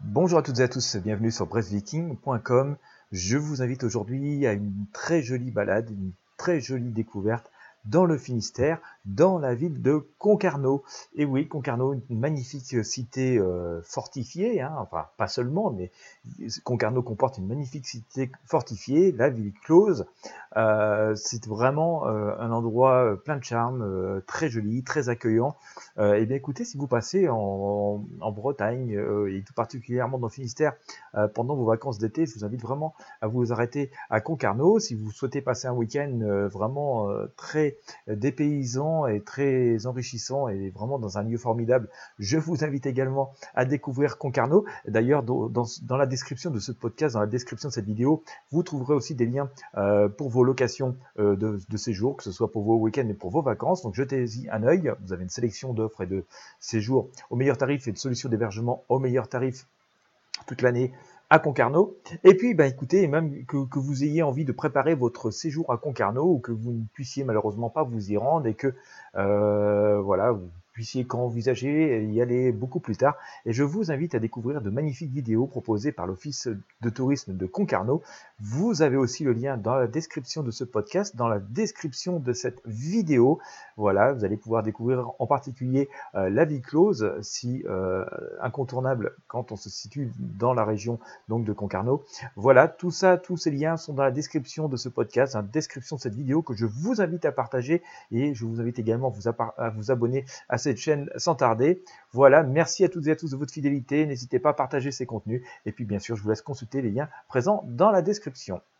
Bonjour à toutes et à tous, bienvenue sur brestviking.com. Je vous invite aujourd'hui à une très jolie balade, une très jolie découverte dans le Finistère, dans la ville de Concarneau. Et oui, Concarneau, une magnifique cité fortifiée, enfin pas seulement, mais Concarneau comporte une magnifique cité fortifiée, la ville close. C'est vraiment un endroit plein de charme, très joli, très accueillant. Eh bien écoutez, si vous passez en Bretagne et tout particulièrement dans le Finistère pendant vos vacances d'été, je vous invite vraiment à vous arrêter à Concarneau. Si vous souhaitez passer un week-end vraiment très dépaysant et très enrichissant et vraiment dans un lieu formidable, je vous invite également à découvrir Concarneau. D'ailleurs, dans la description de ce podcast, dans la description de cette vidéo, vous trouverez aussi des liens pour vos locations de séjour, que ce soit pour vos week-ends et pour vos vacances. Donc jetez-y un œil, vous avez une sélection d'offres et de séjours au meilleur tarif et de solutions d'hébergement au meilleur tarif toute l'année à Concarneau. Et puis, écoutez, même que vous ayez envie de préparer votre séjour à Concarneau ou que vous ne puissiez malheureusement pas vous y rendre et que voilà, vous puissiez qu'envisager y aller beaucoup plus tard. Et je vous invite à découvrir de magnifiques vidéos proposées par l'Office de tourisme de Concarneau. Vous avez aussi le lien dans la description de ce podcast, dans la description de cette vidéo. Voilà, vous allez pouvoir découvrir en particulier la vie close, si incontournable quand on se situe dans la région donc de Concarneau. Voilà, tout ça, tous ces liens sont dans la description de ce podcast, dans la description de cette vidéo que je vous invite à partager et je vous invite également à vous abonner à cette chaîne sans tarder. Voilà, merci à toutes et à tous de votre fidélité. N'hésitez pas à partager ces contenus et puis bien sûr, je vous laisse consulter les liens présents dans la description.